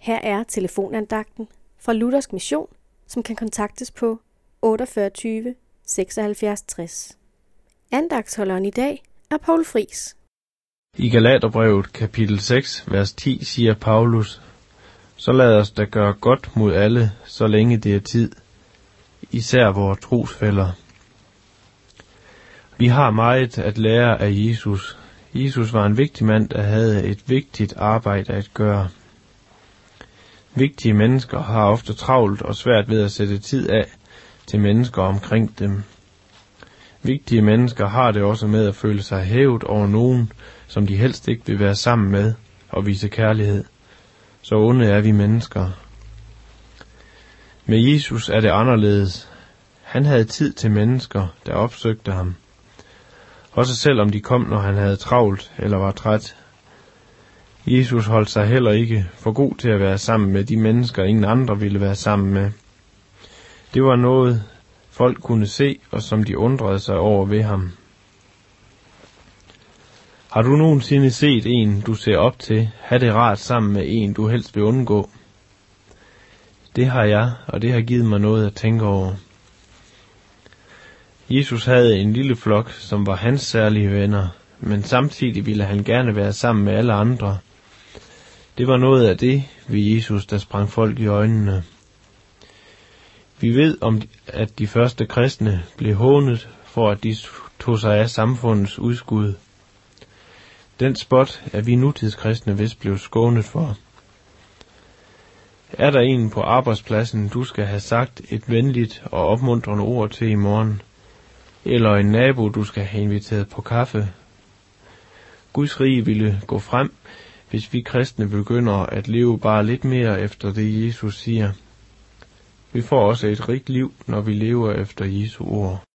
Her er telefonandagten fra Luthersk Mission, som kan kontaktes på 48 76 60. Andagtsholderen i dag er Paul Friis. I Galaterbrevet kapitel 6, vers 10 siger Paulus: Så lad os da gøre godt mod alle, så længe det er tid, især vores trosfæller. Vi har meget at lære af Jesus. Jesus var en vigtig mand, der havde et vigtigt arbejde at gøre. Vigtige mennesker har ofte travlt og svært ved at sætte tid af til mennesker omkring dem. Vigtige mennesker har det også med at føle sig hævet over nogen, som de helst ikke vil være sammen med og vise kærlighed. Så onde er vi mennesker. Med Jesus er det anderledes. Han havde tid til mennesker, der opsøgte ham. Også selvom de kom, når han havde travlt eller var træt. Jesus holdt sig heller ikke for god til at være sammen med de mennesker, ingen andre ville være sammen med. Det var noget, folk kunne se, og som de undrede sig over ved ham. Har du nogensinde set en, du ser op til, have det rart sammen med en, du helst vil undgå? Det har jeg, og det har givet mig noget at tænke over. Jesus havde en lille flok, som var hans særlige venner, men samtidig ville han gerne være sammen med alle andre. Det var noget af det ved Jesus, der sprang folk i øjnene. Vi ved om, at de første kristne blev hånet for, at de tog sig af samfundets udskud. Den spot er vi nutidskristne vist blevet skånet for. Er der en på arbejdspladsen, du skal have sagt et venligt og opmuntrende ord til i morgen? Eller en nabo, du skal have inviteret på kaffe? Guds rige ville gå frem, hvis vi kristne begynder at leve bare lidt mere efter det, Jesus siger. Vi får også et rigt liv, når vi lever efter Jesu ord.